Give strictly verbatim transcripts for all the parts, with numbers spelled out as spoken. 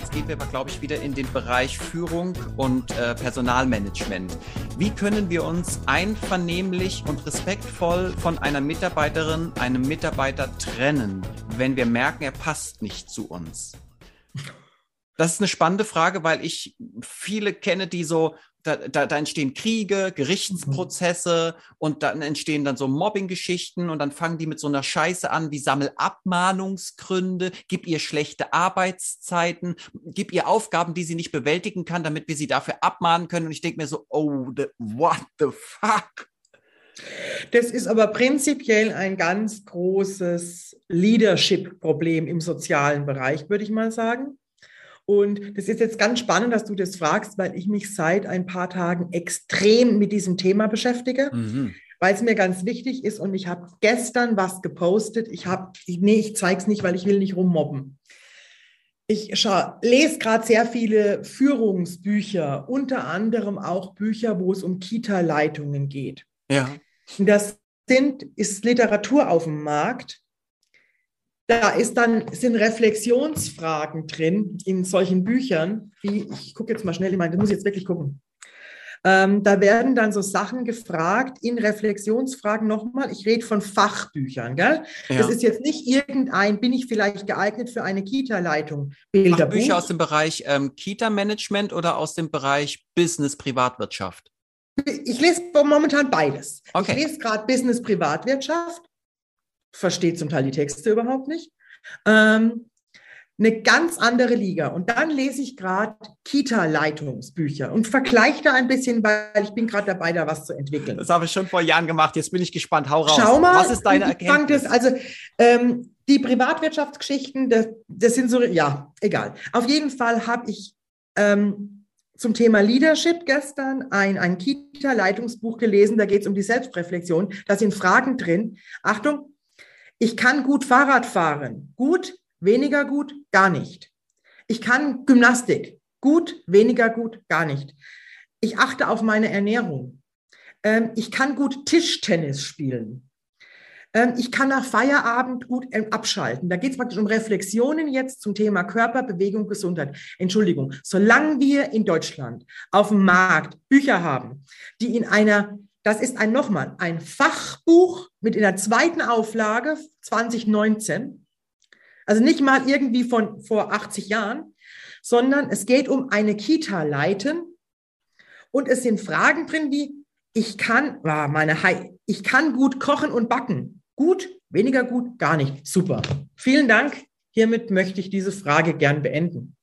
Jetzt gehen wir aber, glaube ich, wieder in den Bereich Führung und äh, Personalmanagement. Wie können wir uns einvernehmlich und respektvoll von einer Mitarbeiterin, einem Mitarbeiter trennen, wenn wir merken, er passt nicht zu uns? Das ist eine spannende Frage, weil ich viele kenne, die so, da, da, da entstehen Kriege, Gerichtsprozesse mhm. und dann entstehen dann so Mobbing-Geschichten und dann fangen die mit so einer Scheiße an wie sammel Abmahnungsgründe, gib ihr schlechte Arbeitszeiten, gib ihr Aufgaben, die sie nicht bewältigen kann, damit wir sie dafür abmahnen können. Und ich denke mir so, oh, the, what the fuck? Das ist aber prinzipiell ein ganz großes Leadership-Problem im sozialen Bereich, würde ich mal sagen. Und das ist jetzt ganz spannend, dass du das fragst, weil ich mich seit ein paar Tagen extrem mit diesem Thema beschäftige, mhm. weil es mir ganz wichtig ist. Und ich habe gestern was gepostet. Ich habe, nee, ich zeige es nicht, weil ich will nicht rummobben. Ich schau, lese gerade sehr viele Führungsbücher, unter anderem auch Bücher, wo es um Kita-Leitungen geht. Ja. Das sind, ist Literatur auf dem Markt. Da ist dann, sind Reflexionsfragen drin in solchen Büchern, wie, ich gucke jetzt mal schnell, ich meine, das muss ich jetzt wirklich gucken. Ähm, da werden dann so Sachen gefragt in Reflexionsfragen nochmal. Ich rede von Fachbüchern, gell? Ja. Das ist jetzt nicht irgendein, bin ich vielleicht geeignet für eine Kita-Leitung? Bilderbuch. Fachbücher aus dem Bereich ähm, Kita-Management oder aus dem Bereich Business-Privatwirtschaft? Ich lese momentan beides. Okay. Ich lese gerade Business-Privatwirtschaft. Versteht zum Teil die Texte überhaupt nicht. Ähm, eine ganz andere Liga. Und dann lese ich gerade Kita-Leitungsbücher und vergleiche da ein bisschen, weil ich bin gerade dabei, da was zu entwickeln. Das habe ich schon vor Jahren gemacht. Jetzt bin ich gespannt. Hau raus. Schau mal. Was ist deine Erkenntnis? Das, also ähm, die Privatwirtschaftsgeschichten, das, das sind so, ja, egal. Auf jeden Fall habe ich ähm, zum Thema Leadership gestern ein, ein Kita-Leitungsbuch gelesen. Da geht es um die Selbstreflexion. Da sind Fragen drin. Achtung. Ich kann gut Fahrrad fahren. Gut, weniger gut, gar nicht. Ich kann Gymnastik. Gut, weniger gut, gar nicht. Ich achte auf meine Ernährung. Ähm, ich kann gut Tischtennis spielen. Ähm, ich kann nach Feierabend gut ähm, abschalten. Da geht es praktisch um Reflexionen jetzt zum Thema Körper, Bewegung, Gesundheit. Entschuldigung, solange wir in Deutschland auf dem Markt Bücher haben, die in einer Das ist ein nochmal ein Fachbuch mit in der zweiten Auflage zwanzig neunzehn. Also nicht mal irgendwie von vor achtzig Jahren, sondern es geht um eine Kita leiten. Und es sind Fragen drin wie, ich kann, oh meine Hi, ich kann gut kochen und backen. Gut, weniger gut, gar nicht. Super. Vielen Dank. Hiermit möchte ich diese Frage gern beenden.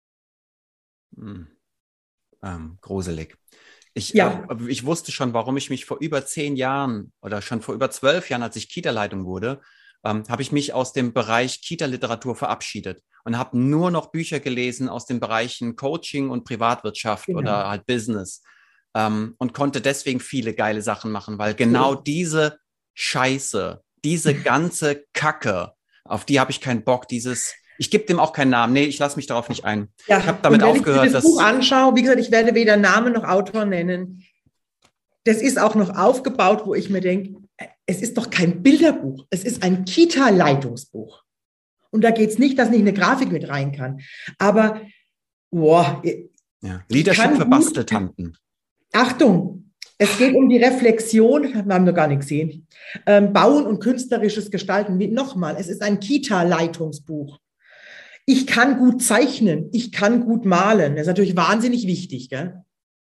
Hm. Ähm, gruselig. Ich, ja. äh, ich wusste schon, warum ich mich vor über zehn Jahren oder schon vor über zwölf Jahren, als ich Kita-Leitung wurde, ähm, habe ich mich aus dem Bereich Kita-Literatur verabschiedet und habe nur noch Bücher gelesen aus den Bereichen Coaching und Privatwirtschaft genau. oder halt Business ähm, und konnte deswegen viele geile Sachen machen, weil genau cool. diese Scheiße, diese ganze Kacke, auf die habe ich keinen Bock, dieses... Ich gebe dem auch keinen Namen. Nee, ich lasse mich darauf nicht ein. Ja, ich habe damit und wenn aufgehört. ich mir das Buch anschaue, wie gesagt, ich werde weder Namen noch Autor nennen. Das ist auch noch aufgebaut, wo ich mir denke, es ist doch kein Bilderbuch. Es ist ein Kita-Leitungsbuch. Und da geht es nicht, dass nicht eine Grafik mit rein kann. Aber, boah. Ja. Leadership für Basteltanten. Achtung, es geht um die Reflexion, wir haben noch gar nicht gesehen, ähm, Bauen und künstlerisches Gestalten. Wie, nochmal, es ist ein Kita-Leitungsbuch. Ich kann gut zeichnen, ich kann gut malen. Das ist natürlich wahnsinnig wichtig, gell?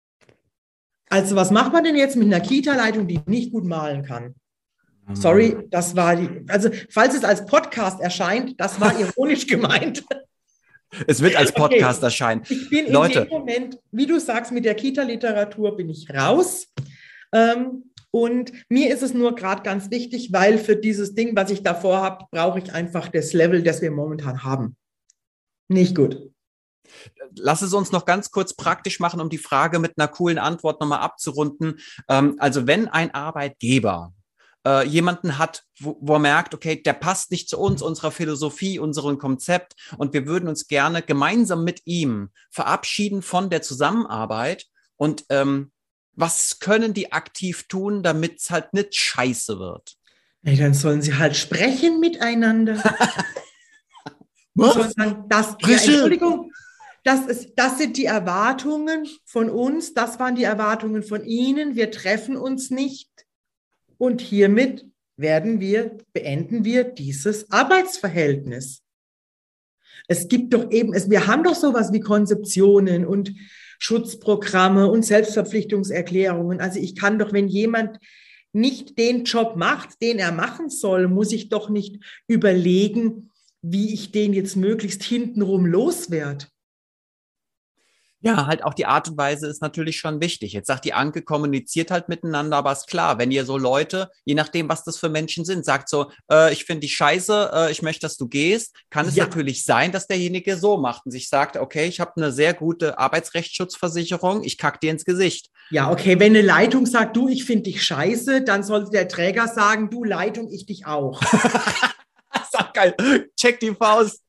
Also was macht man denn jetzt mit einer Kita-Leitung, die nicht gut malen kann? Sorry, das war die, also falls es als Podcast erscheint, das war ironisch gemeint. Es wird als Podcast okay. erscheinen. Ich bin Leute. in dem Moment, wie du sagst, mit der Kita-Literatur bin ich raus. Ähm, und mir ist es nur gerade ganz wichtig, weil für dieses Ding, was ich davor habe, brauche ich einfach das Level, das wir momentan haben. Nicht gut. Lass es uns noch ganz kurz praktisch machen, um die Frage mit einer coolen Antwort nochmal abzurunden. Ähm, also wenn ein Arbeitgeber äh, jemanden hat, wo, wo er merkt, okay, der passt nicht zu uns, unserer Philosophie, unserem Konzept und wir würden uns gerne gemeinsam mit ihm verabschieden von der Zusammenarbeit und ähm, was können die aktiv tun, damit es halt nicht scheiße wird? Nee, dann sollen sie halt sprechen miteinander. Was? Sagen, das, ja, Entschuldigung, Das ist, das sind die Erwartungen von uns, das waren die Erwartungen von Ihnen. Wir treffen uns nicht und hiermit werden wir, beenden wir dieses Arbeitsverhältnis. Es gibt doch eben, es, wir haben doch sowas wie Konzeptionen und Schutzprogramme und Selbstverpflichtungserklärungen. Also ich kann doch, wenn jemand nicht den Job macht, den er machen soll, muss ich doch nicht überlegen, wie ich den jetzt möglichst hintenrum loswerde. Ja, halt auch die Art und Weise ist natürlich schon wichtig. Jetzt sagt die Anke, kommuniziert halt miteinander, aber ist klar, wenn ihr so Leute, je nachdem, was das für Menschen sind, sagt so, äh, ich finde dich scheiße, äh, ich möchte, dass du gehst, kann es ja natürlich sein, dass derjenige so macht und sich sagt, okay, ich habe eine sehr gute Arbeitsrechtsschutzversicherung, ich kack dir ins Gesicht. Ja, okay, wenn eine Leitung sagt, du, ich finde dich scheiße, dann sollte der Träger sagen, du Leitung, ich dich auch. Das ist auch geil. Check die Faust.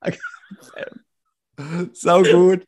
Sau gut.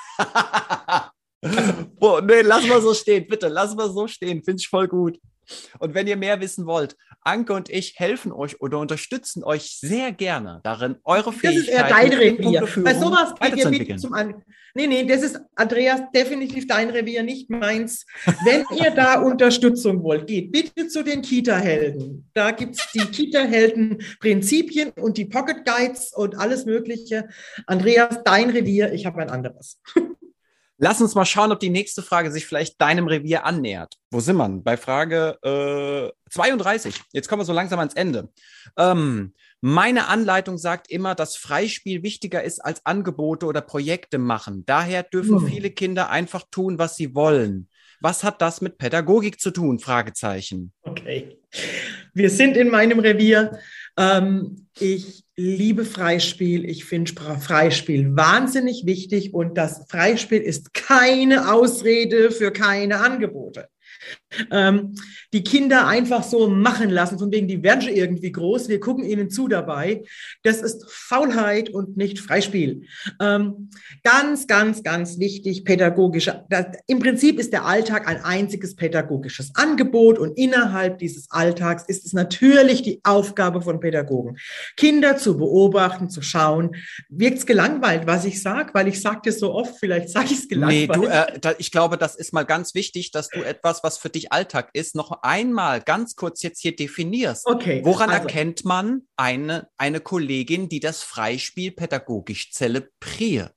Boah, nee, lass mal so stehen, bitte, lass mal so stehen, finde ich voll gut. Und wenn ihr mehr wissen wollt, Anke und ich helfen euch oder unterstützen euch sehr gerne darin, eure Fähigkeiten, das ist eher dein Revier. Bei sowas geht ihr mit zum An. Nee, nee, das ist, Andreas, definitiv dein Revier, nicht meins. Wenn ihr da Unterstützung wollt, geht bitte zu den Kita-Helden. Da gibt es die Kita-Helden-Prinzipien und die Pocket Guides und alles Mögliche. Andreas, dein Revier, ich habe ein anderes. Lass uns mal schauen, ob die nächste Frage sich vielleicht deinem Revier annähert. Wo sind wir? Bei Frage äh, zweiunddreißig. Jetzt kommen wir so langsam ans Ende. Ähm, meine Anleitung sagt immer, dass Freispiel wichtiger ist als Angebote oder Projekte machen. Daher dürfen hm. viele Kinder einfach tun, was sie wollen. Was hat das mit Pädagogik zu tun? Fragezeichen. Okay. Wir sind in meinem Revier. Ähm, ich liebe Freispiel. Ich finde Freispiel wahnsinnig wichtig und das Freispiel ist keine Ausrede für keine Angebote. Ähm, die Kinder einfach so machen lassen, von wegen, die werden schon irgendwie groß, wir gucken ihnen zu dabei. Das ist Faulheit und nicht Freispiel. Ähm, ganz, ganz, ganz wichtig, pädagogische. Das, im Prinzip ist der Alltag ein einziges pädagogisches Angebot und innerhalb dieses Alltags ist es natürlich die Aufgabe von Pädagogen, Kinder zu beobachten, zu schauen. Wirkt es gelangweilt, was ich sage? Weil ich sage das so oft, vielleicht sage ich es gelangweilt. Nee, du, äh, da, ich glaube, das ist mal ganz wichtig, dass du etwas, was für dich Alltag ist, noch einmal ganz kurz jetzt hier definierst. Okay. Woran also, erkennt man eine, eine Kollegin, die das Freispiel pädagogisch zelebriert?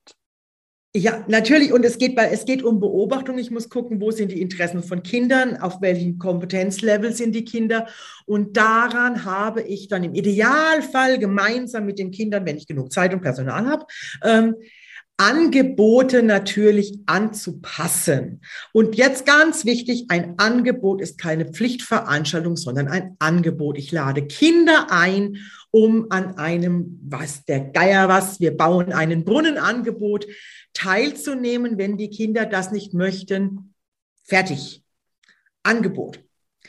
Ja, natürlich. Und es geht, bei, es geht um Beobachtung. Ich muss gucken, wo sind die Interessen von Kindern, auf welchem Kompetenzlevel sind die Kinder. Und daran habe ich dann im Idealfall gemeinsam mit den Kindern, wenn ich genug Zeit und Personal habe, ähm, Angebote natürlich anzupassen. Und jetzt ganz wichtig, ein Angebot ist keine Pflichtveranstaltung, sondern ein Angebot. Ich lade Kinder ein, um an einem, was der Geier was, wir bauen einen Brunnenangebot teilzunehmen, wenn die Kinder das nicht möchten. Fertig. Angebot.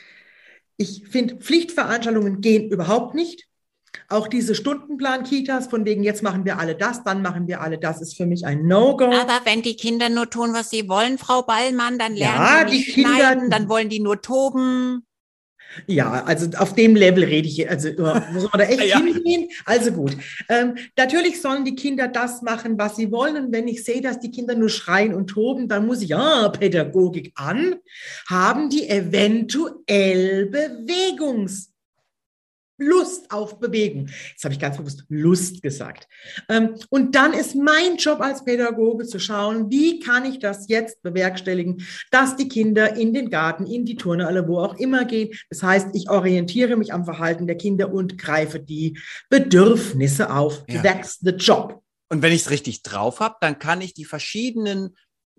Ich finde, Pflichtveranstaltungen gehen überhaupt nicht. Auch diese Stundenplan-Kitas, von wegen, jetzt machen wir alle das, dann machen wir alle das, ist für mich ein No-Go. Aber wenn die Kinder nur tun, was sie wollen, Frau Ballmann, dann lernen ja, die nicht die Kinder, schneiden, dann wollen die nur toben. Ja, also auf dem Level rede ich, also muss man da echt ja. hingehen. Also gut, ähm, natürlich sollen die Kinder das machen, was sie wollen. Und wenn ich sehe, dass die Kinder nur schreien und toben, dann muss ich, ja, Pädagogik an, haben die eventuell Bewegungs Lust auf Bewegung. Jetzt habe ich ganz bewusst Lust gesagt. Und dann ist mein Job als Pädagoge zu schauen, wie kann ich das jetzt bewerkstelligen, dass die Kinder in den Garten, in die Turnhalle, wo auch immer gehen. Das heißt, ich orientiere mich am Verhalten der Kinder und greife die Bedürfnisse auf. Ja. That's the job. Und wenn ich es richtig drauf habe, dann kann ich die verschiedenen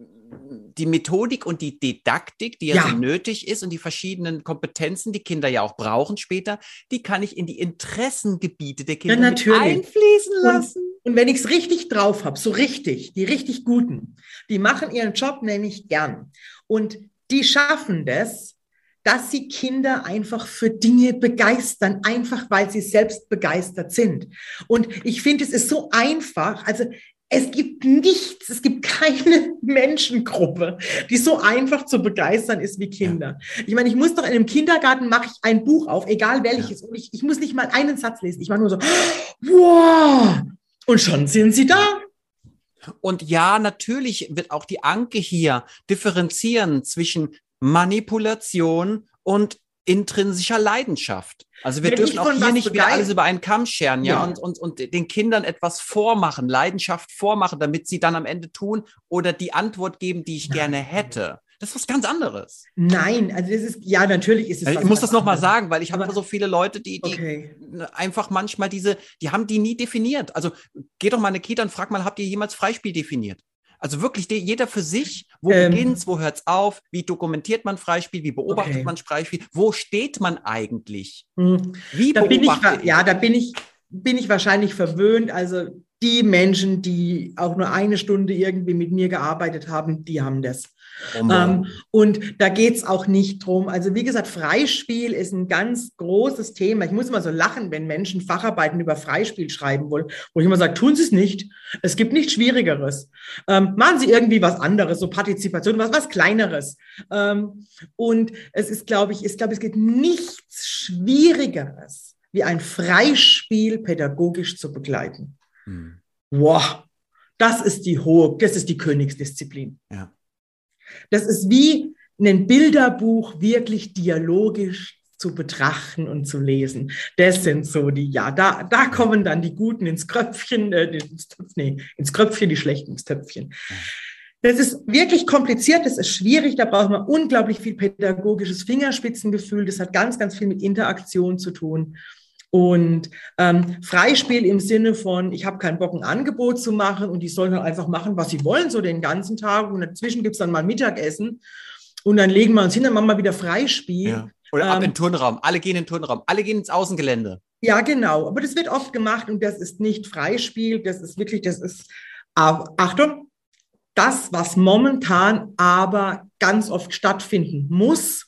die Methodik und die Didaktik, die ja, ja so nötig ist und die verschiedenen Kompetenzen, die Kinder ja auch brauchen später, die kann ich in die Interessengebiete der Kinder ja, natürlich. einfließen lassen. Und, und wenn ich es richtig drauf habe, so richtig, die richtig Guten, die machen ihren Job nämlich gern. Und die schaffen das, dass sie Kinder einfach für Dinge begeistern, einfach weil sie selbst begeistert sind. Und ich finde, es ist so einfach, also es gibt nichts, es gibt keine Menschengruppe, die so einfach zu begeistern ist wie Kinder. Ja. Ich meine, ich muss doch in einem Kindergarten, mache ich ein Buch auf, egal welches, ja. und ich, ich muss nicht mal einen Satz lesen. Ich mache nur so, wow, und schon sind sie da. Und ja, natürlich wird auch die Anke hier differenzieren zwischen Manipulation und intrinsischer Leidenschaft. Also wir Wenn dürfen ich auch von hier was nicht wieder begeistert- alles über einen Kamm scheren, ja, Ja. und, und, und den Kindern etwas vormachen, Leidenschaft vormachen, damit sie dann am Ende tun oder die Antwort geben, die ich Nein. gerne hätte. Das ist was ganz anderes. Nein, also das ist, ja, natürlich ist es Ich was muss ganz das nochmal anderes. sagen, weil ich habe Aber- so viele Leute, die, die Okay. einfach manchmal diese, die haben die nie definiert. Also geh doch mal in eine Kita und frag mal, habt ihr jemals Freispiel definiert? Also wirklich die, jeder für sich, wo Ähm. beginnt's, wo hört's auf, wie dokumentiert man Freispiel, wie beobachtet Okay. man Freispiel, wo steht man eigentlich? Hm. Wie Da bin ich, beobachte ich? ja, da bin ich, bin ich wahrscheinlich verwöhnt. Also die Menschen, die auch nur eine Stunde irgendwie mit mir gearbeitet haben, die haben das. Um, Ähm, und da geht es auch nicht drum. Also wie gesagt, Freispiel ist ein ganz großes Thema. Ich muss immer so lachen, wenn Menschen Facharbeiten über Freispiel schreiben wollen, wo ich immer sage, tun Sie es nicht. Es gibt nichts Schwierigeres. Ähm, machen Sie irgendwie was anderes, so Partizipation, was, was Kleineres. Ähm, und es ist, glaube ich, ich glaube, es gibt nichts Schwierigeres, wie ein Freispiel pädagogisch zu begleiten. hm. Wow, das ist die hohe, das ist die Königsdisziplin. Ja. Das ist wie ein Bilderbuch wirklich dialogisch zu betrachten und zu lesen. Das sind so die, ja, da, da kommen dann die Guten ins Kröpfchen, äh, ins, Töpf, nee, ins Kröpfchen, die Schlechten ins Töpfchen. Das ist wirklich kompliziert, das ist schwierig, da braucht man unglaublich viel pädagogisches Fingerspitzengefühl, das hat ganz, ganz viel mit Interaktion zu tun. Und ähm, Freispiel im Sinne von, ich habe keinen Bock, ein Angebot zu machen und die sollen dann einfach machen, was sie wollen, so den ganzen Tag. Und dazwischen gibt es dann mal Mittagessen und dann legen wir uns hin, dann machen wir wieder Freispiel. Ja. Oder ab Ähm, in den Turnraum, alle gehen in den Turnraum, alle gehen ins Außengelände. Ja, genau. Aber das wird oft gemacht und das ist nicht Freispiel, das ist wirklich, das ist, aber, Achtung, das, was momentan aber ganz oft stattfinden muss,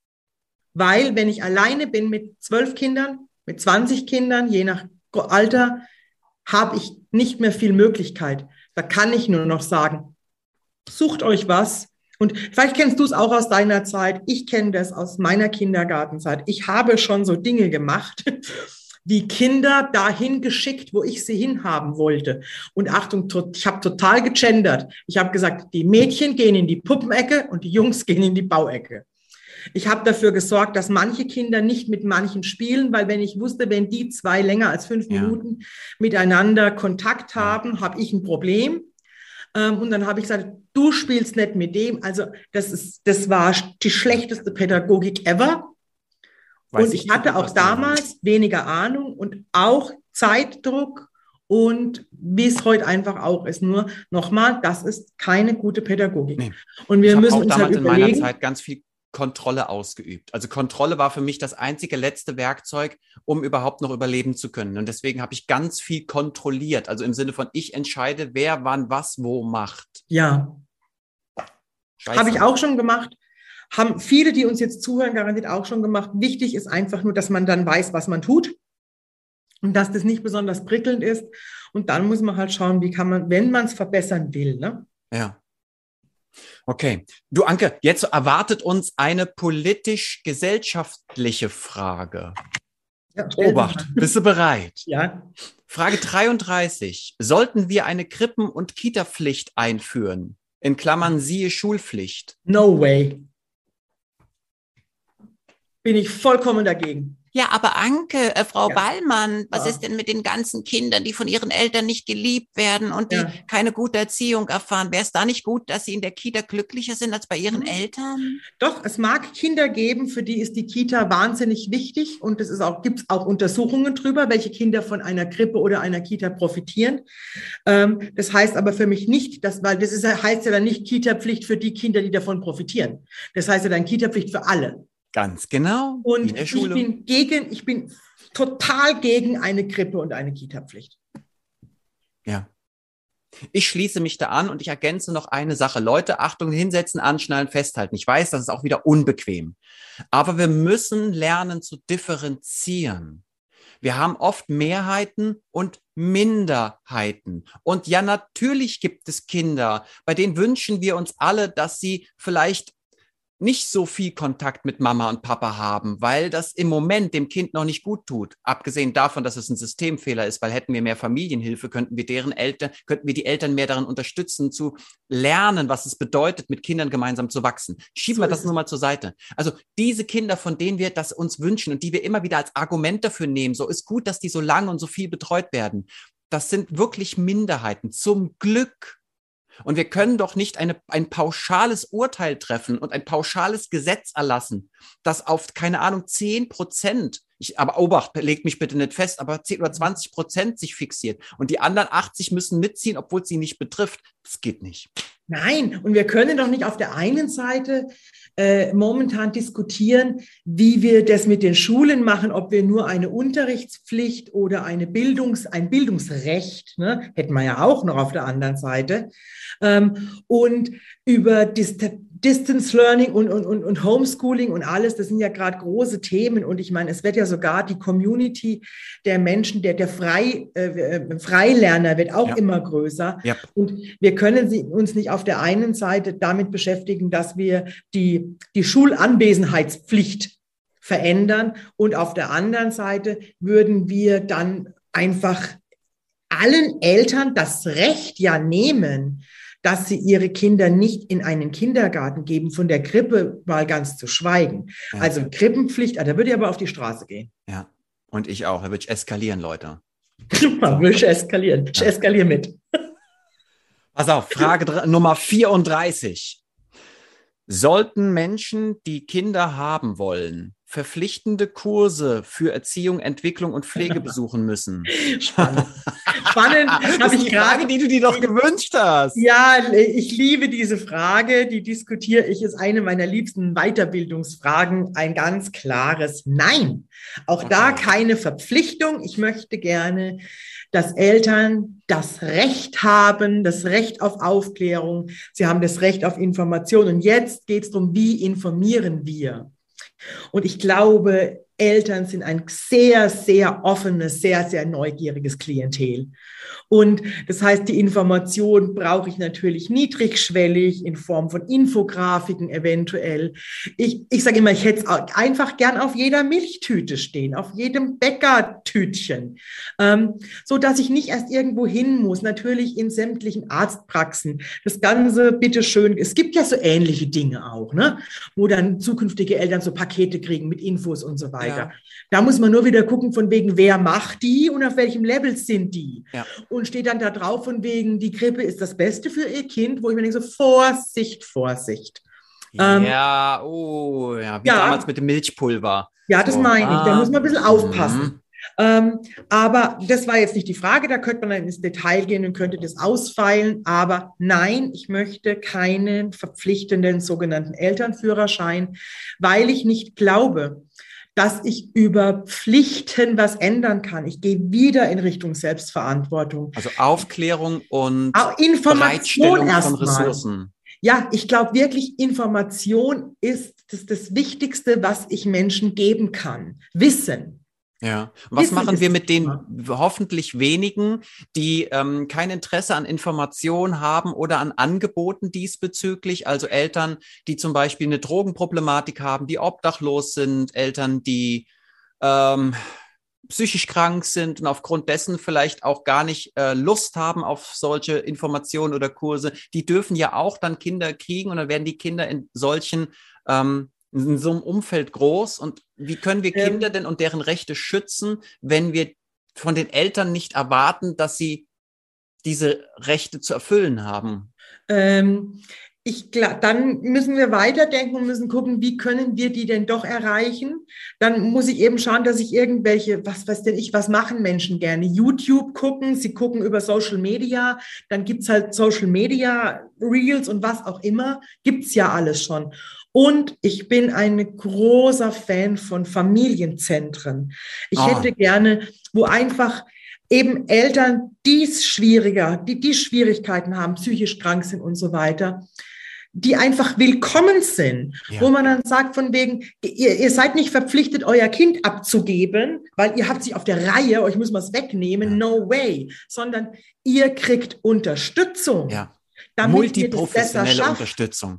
weil wenn ich alleine bin mit zwölf Kindern, mit zwanzig Kindern, je nach Alter, habe ich nicht mehr viel Möglichkeit. Da kann ich nur noch sagen, sucht euch was. Und vielleicht kennst du es auch aus deiner Zeit. Ich kenne das aus meiner Kindergartenzeit. Ich habe schon so Dinge gemacht, wie Kinder dahin geschickt, wo ich sie hinhaben wollte. Und Achtung, ich habe total gegendert. Ich habe gesagt, die Mädchen gehen in die Puppenecke und die Jungs gehen in die Bauecke. Ich habe dafür gesorgt, dass manche Kinder nicht mit manchen spielen, weil wenn ich wusste, wenn die zwei länger als fünf Ja. Minuten miteinander Kontakt haben, habe ich ein Problem. Ähm, und dann habe ich gesagt, du spielst nicht mit dem. Also das ist, das war die schlechteste Pädagogik ever. Weiß Und ich ich hatte gut, auch was du meinst. damals weniger Ahnung und auch Zeitdruck. Und wie es heute einfach auch ist, nur nochmal, das ist keine gute Pädagogik. Nee. Und wir Ich habe müssen auch uns damals halt in meiner überlegen, Zeit ganz viel Kontrolle ausgeübt. Also Kontrolle war für mich das einzige letzte Werkzeug, um überhaupt noch überleben zu können. Und deswegen habe ich ganz viel kontrolliert. Also im Sinne von, ich entscheide, wer wann was wo macht. ja, Scheiße. habe ich auch schon gemacht. Haben viele, die uns jetzt zuhören, garantiert auch schon gemacht. Wichtig ist einfach nur, dass man dann weiß, was man tut und dass das nicht besonders prickelnd ist. Und dann muss man halt schauen, wie kann man, wenn man es verbessern will, ne? Ja. Okay. Du, Anke, jetzt erwartet uns eine politisch-gesellschaftliche Frage. Ja, stell sie Obacht, mal. bist du bereit? Ja. Frage dreiunddreißig. Sollten wir eine Krippen- und Kita-Pflicht einführen? In Klammern siehe Schulpflicht. No way. Bin ich vollkommen dagegen. Ja, aber Anke, äh, Frau Ja. Ballmann, was Ja. ist denn mit den ganzen Kindern, die von ihren Eltern nicht geliebt werden und die Ja. keine gute Erziehung erfahren? Wäre es da nicht gut, dass sie in der Kita glücklicher sind als bei ihren Mhm. Eltern? Doch, es mag Kinder geben, für die ist die Kita wahnsinnig wichtig und es ist auch, gibt es auch Untersuchungen drüber, welche Kinder von einer Krippe oder einer Kita profitieren. Ähm, das heißt aber für mich nicht, dass, weil das ist, heißt ja dann nicht Kita-Pflicht für die Kinder, die davon profitieren. Das heißt ja dann Kita-Pflicht für alle. Ganz genau. wie Und in der ich Schule. bin gegen, ich bin total gegen eine Krippe und eine Kita-Pflicht. Ja. Ich schließe mich da an und ich ergänze noch eine Sache. Leute, Achtung, hinsetzen, anschnallen, festhalten. Ich weiß, das ist auch wieder unbequem. Aber wir müssen lernen zu differenzieren. Wir haben oft Mehrheiten und Minderheiten. Und ja, natürlich gibt es Kinder, bei denen wünschen wir uns alle, dass sie vielleicht nicht so viel Kontakt mit Mama und Papa haben, weil das im Moment dem Kind noch nicht gut tut. Abgesehen davon, dass es ein Systemfehler ist, weil hätten wir mehr Familienhilfe, könnten wir deren Eltern, könnten wir die Eltern mehr darin unterstützen, zu lernen, was es bedeutet, mit Kindern gemeinsam zu wachsen. Schieben wir das nur mal zur Seite. Also diese Kinder, von denen wir das uns wünschen und die wir immer wieder als Argument dafür nehmen, so ist gut, dass die so lang und so viel betreut werden. Das sind wirklich Minderheiten. Zum Glück. Und wir können doch nicht eine, ein pauschales Urteil treffen und ein pauschales Gesetz erlassen, das auf, keine Ahnung, zehn Prozent, ich, aber Obacht, legt mich bitte nicht fest, aber zehn oder zwanzig Prozent sich fixiert. Und die anderen achtzig müssen mitziehen, obwohl es sie nicht betrifft. Das geht nicht. Nein, und wir können doch nicht auf der einen Seite äh, momentan diskutieren, wie wir das mit den Schulen machen, ob wir nur eine Unterrichtspflicht oder eine Bildungs-, ein Bildungsrecht, ne, hätten wir ja auch noch auf der anderen Seite, ähm, und über Dist- Distance Learning und, und, und, und Homeschooling und alles, das sind ja gerade große Themen und ich meine, es wird ja sogar die Community der Menschen, der, der Frei, äh, Freilerner wird auch ja. immer größer ja. und wir können sie, uns nicht auf der einen Seite damit beschäftigen, dass wir die, die Schulanwesenheitspflicht verändern und auf der anderen Seite würden wir dann einfach allen Eltern das Recht ja nehmen, dass sie ihre Kinder nicht in einen Kindergarten geben, von der Krippe mal ganz zu schweigen. Ja. Also Krippenpflicht, da würde ich aber auf die Straße gehen. Ja, und ich auch. Da würde ich eskalieren, Leute. Man will ich eskalieren. Ich ja. eskaliere mit. Pass auf, Frage Nummer vierunddreißig. Sollten Menschen, die Kinder haben wollen, verpflichtende Kurse für Erziehung, Entwicklung und Pflege besuchen müssen? Spannend. Spannend. Das ist die Frage, die du dir doch gewünscht hast. Ja, ich liebe diese Frage. Die diskutiere ich. Ist eine meiner liebsten Weiterbildungsfragen. Ein ganz klares Nein. Auch okay. da keine Verpflichtung. Ich möchte gerne, dass Eltern das Recht haben, das Recht auf Aufklärung. Sie haben das Recht auf Information. Und jetzt geht es darum, wie informieren wir? Und ich glaube, Eltern sind ein sehr, sehr offenes, sehr, sehr neugieriges Klientel. Und das heißt, die Information brauche ich natürlich niedrigschwellig in Form von Infografiken eventuell. Ich, ich sage immer, ich hätte es einfach gern auf jeder Milchtüte stehen, auf jedem Bäckertütchen, ähm, so dass ich nicht erst irgendwo hin muss. Natürlich in sämtlichen Arztpraxen. Das Ganze bitteschön. Es gibt ja so ähnliche Dinge auch, ne, wo dann zukünftige Eltern so Pakete kriegen mit Infos und so weiter. Ja. Da muss man nur wieder gucken, von wegen, wer macht die und auf welchem Level sind die. Ja. Und steht dann da drauf von wegen, die Krippe ist das Beste für ihr Kind, wo ich mir denke, so Vorsicht, Vorsicht. Ja, ähm, oh, ja, wie ja. damals mit dem Milchpulver. Ja, das so. meine ich, da muss man ein bisschen aufpassen. Mhm. Ähm, aber das war jetzt nicht die Frage, da könnte man dann ins Detail gehen und könnte das ausfeilen. Aber nein, ich möchte keinen verpflichtenden sogenannten Elternführerschein, weil ich nicht glaube, dass ich über Pflichten was ändern kann. Ich gehe wieder in Richtung Selbstverantwortung. Also Aufklärung und Information von Ressourcen. Ja, ich glaube wirklich, Information ist das, das Wichtigste, was ich Menschen geben kann. Wissen. Ja, und was machen wir mit den hoffentlich wenigen, die ähm, kein Interesse an Information haben oder an Angeboten diesbezüglich? Also Eltern, die zum Beispiel eine Drogenproblematik haben, die obdachlos sind, Eltern, die ähm, psychisch krank sind und aufgrund dessen vielleicht auch gar nicht äh, Lust haben auf solche Informationen oder Kurse. Die dürfen ja auch dann Kinder kriegen und dann werden die Kinder in solchen ähm, in so einem Umfeld groß. Und wie können wir Kinder ähm, denn und deren Rechte schützen, wenn wir von den Eltern nicht erwarten, dass sie diese Rechte zu erfüllen haben? Ähm, ich glaub, dann müssen wir weiterdenken und müssen gucken, wie können wir die denn doch erreichen? Dann muss ich eben schauen, dass ich irgendwelche, was weiß denn ich, was machen Menschen gerne? YouTube gucken, sie gucken über Social Media, dann gibt's halt Social Media Reels und was auch immer, gibt's ja alles schon. Und ich bin ein großer Fan von Familienzentren. Ich oh. hätte gerne, wo einfach eben Eltern, die es schwieriger, die die Schwierigkeiten haben, psychisch krank sind und so weiter, die einfach willkommen sind, ja. wo man dann sagt von wegen, ihr, ihr seid nicht verpflichtet, euer Kind abzugeben, weil ihr habt sich auf der Reihe, euch müssen wir es wegnehmen, no way, sondern ihr kriegt Unterstützung. Ja. Multiprofessionelle Unterstützung.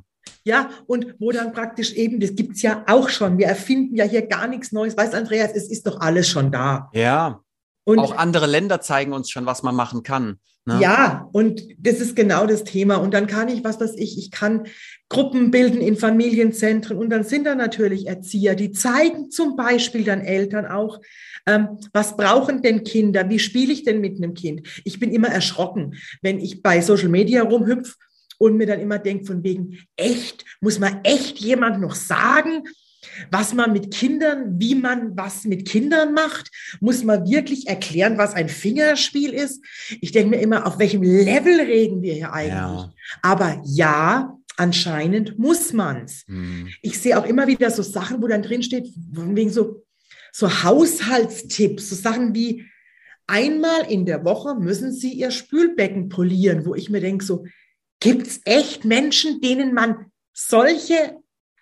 Ja, und wo dann praktisch eben, das gibt es ja auch schon, wir erfinden ja hier gar nichts Neues. Weißt du, Andreas, es ist doch alles schon da. Ja, Und auch andere Länder zeigen uns schon, was man machen kann. Ne? ja, und das ist genau das Thema. Und dann kann ich, was weiß ich, ich kann Gruppen bilden in Familienzentren und dann sind da natürlich Erzieher, die zeigen zum Beispiel dann Eltern auch, ähm, was brauchen denn Kinder, wie spiele ich denn mit einem Kind? Ich bin immer erschrocken, wenn ich bei Social Media rumhüpfe und mir dann immer denke, von wegen, echt, muss man echt jemand noch sagen, was man mit Kindern, wie man was mit Kindern macht? Muss man wirklich erklären, was ein Fingerspiel ist? Ich denke mir immer, auf welchem Level reden wir hier eigentlich? Ja. Aber ja, anscheinend muss man's. Hm. Ich sehe auch immer wieder so Sachen, wo dann drin steht, wegen so, so Haushaltstipps, so Sachen wie, einmal in der Woche müssen Sie Ihr Spülbecken polieren, wo ich mir denke, so, gibt's echt Menschen, denen man solche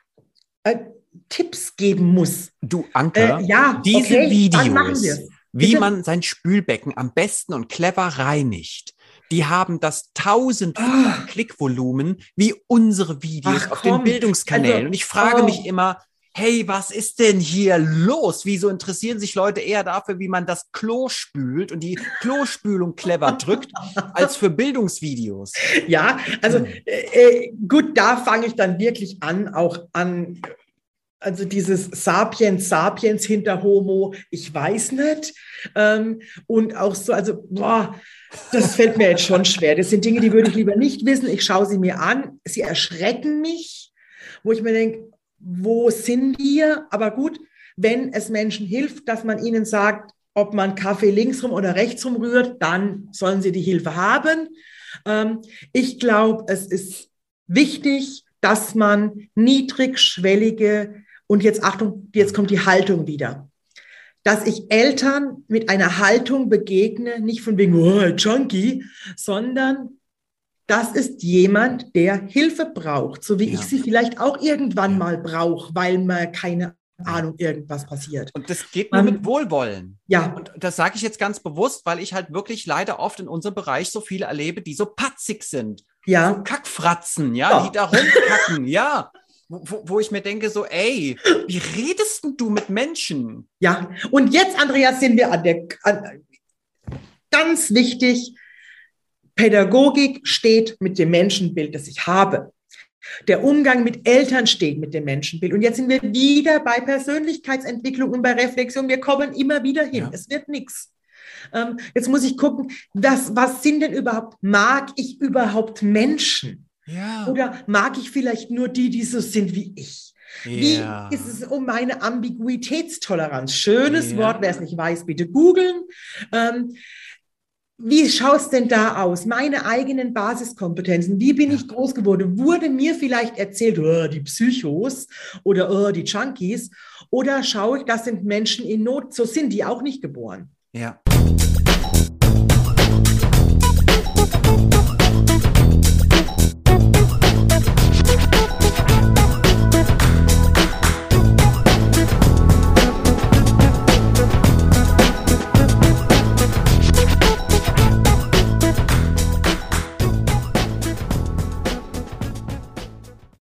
äh, Tipps geben muss? Du, Anke, Äh, ja, diese okay, dann machen Videos, wir's. wie Bitte? man sein Spülbecken am besten und clever reinigt, die haben das tausendfach Ah. Klickvolumen wie unsere Videos Ach, auf den komm. Bildungskanälen. Also, und ich frage oh. mich immer, hey, was ist denn hier los? Wieso interessieren sich Leute eher dafür, wie man das Klo spült und die Klospülung clever drückt, als für Bildungsvideos? Ja, also äh, gut, da fange ich dann wirklich an, auch an, also dieses Sapiens, Sapiens hinter Homo, ich weiß nicht. Ähm, und auch so, also, boah, das fällt mir jetzt schon schwer. Das sind Dinge, die würde ich lieber nicht wissen. Ich schaue sie mir an, sie erschrecken mich, wo ich mir denke, wo sind wir? Aber gut, wenn es Menschen hilft, dass man ihnen sagt, ob man Kaffee links rum oder rechts rum rührt, dann sollen sie die Hilfe haben. Ähm, ich glaube, es ist wichtig, dass man niedrigschwellige, und jetzt Achtung, jetzt kommt die Haltung wieder, dass ich Eltern mit einer Haltung begegne, nicht von wegen, oh, Junkie, sondern das ist jemand, der Hilfe braucht, so wie Ja. ich sie vielleicht auch irgendwann Ja. mal brauche, weil mir keine Ahnung, irgendwas passiert. Und das geht nur Ähm, mit Wohlwollen. Ja, Und das sage ich jetzt ganz bewusst, weil ich halt wirklich leider oft in unserem Bereich so viele erlebe, die so patzig sind. So ja, Kackfratzen, ja, Ja. die da rumkacken, ja. Wo, wo ich mir denke, so, ey, wie redest denn du mit Menschen? ja. Und jetzt, Andreas, sind wir an der, an, ganz wichtig, Pädagogik steht mit dem Menschenbild, das ich habe. Der Umgang mit Eltern steht mit dem Menschenbild. Und jetzt sind wir wieder bei Persönlichkeitsentwicklung und bei Reflexion. Wir kommen immer wieder hin. Ja. Es wird nichts. Ähm, jetzt muss ich gucken, das, was sind denn überhaupt, mag ich überhaupt Menschen? Ja. Oder mag ich vielleicht nur die, die so sind wie ich? Wie Ja. ist es um meine Ambiguitätstoleranz? Schönes Ja. Wort, wer es nicht weiß, bitte googeln. Ähm, wie schaut es denn da aus? Meine eigenen Basiskompetenzen. Wie bin Ja. ich groß geworden? Wurde mir vielleicht erzählt, oh, die Psychos oder oh, die Junkies? Oder schaue ich, das sind Menschen in Not, so sind die auch nicht geboren. Ja.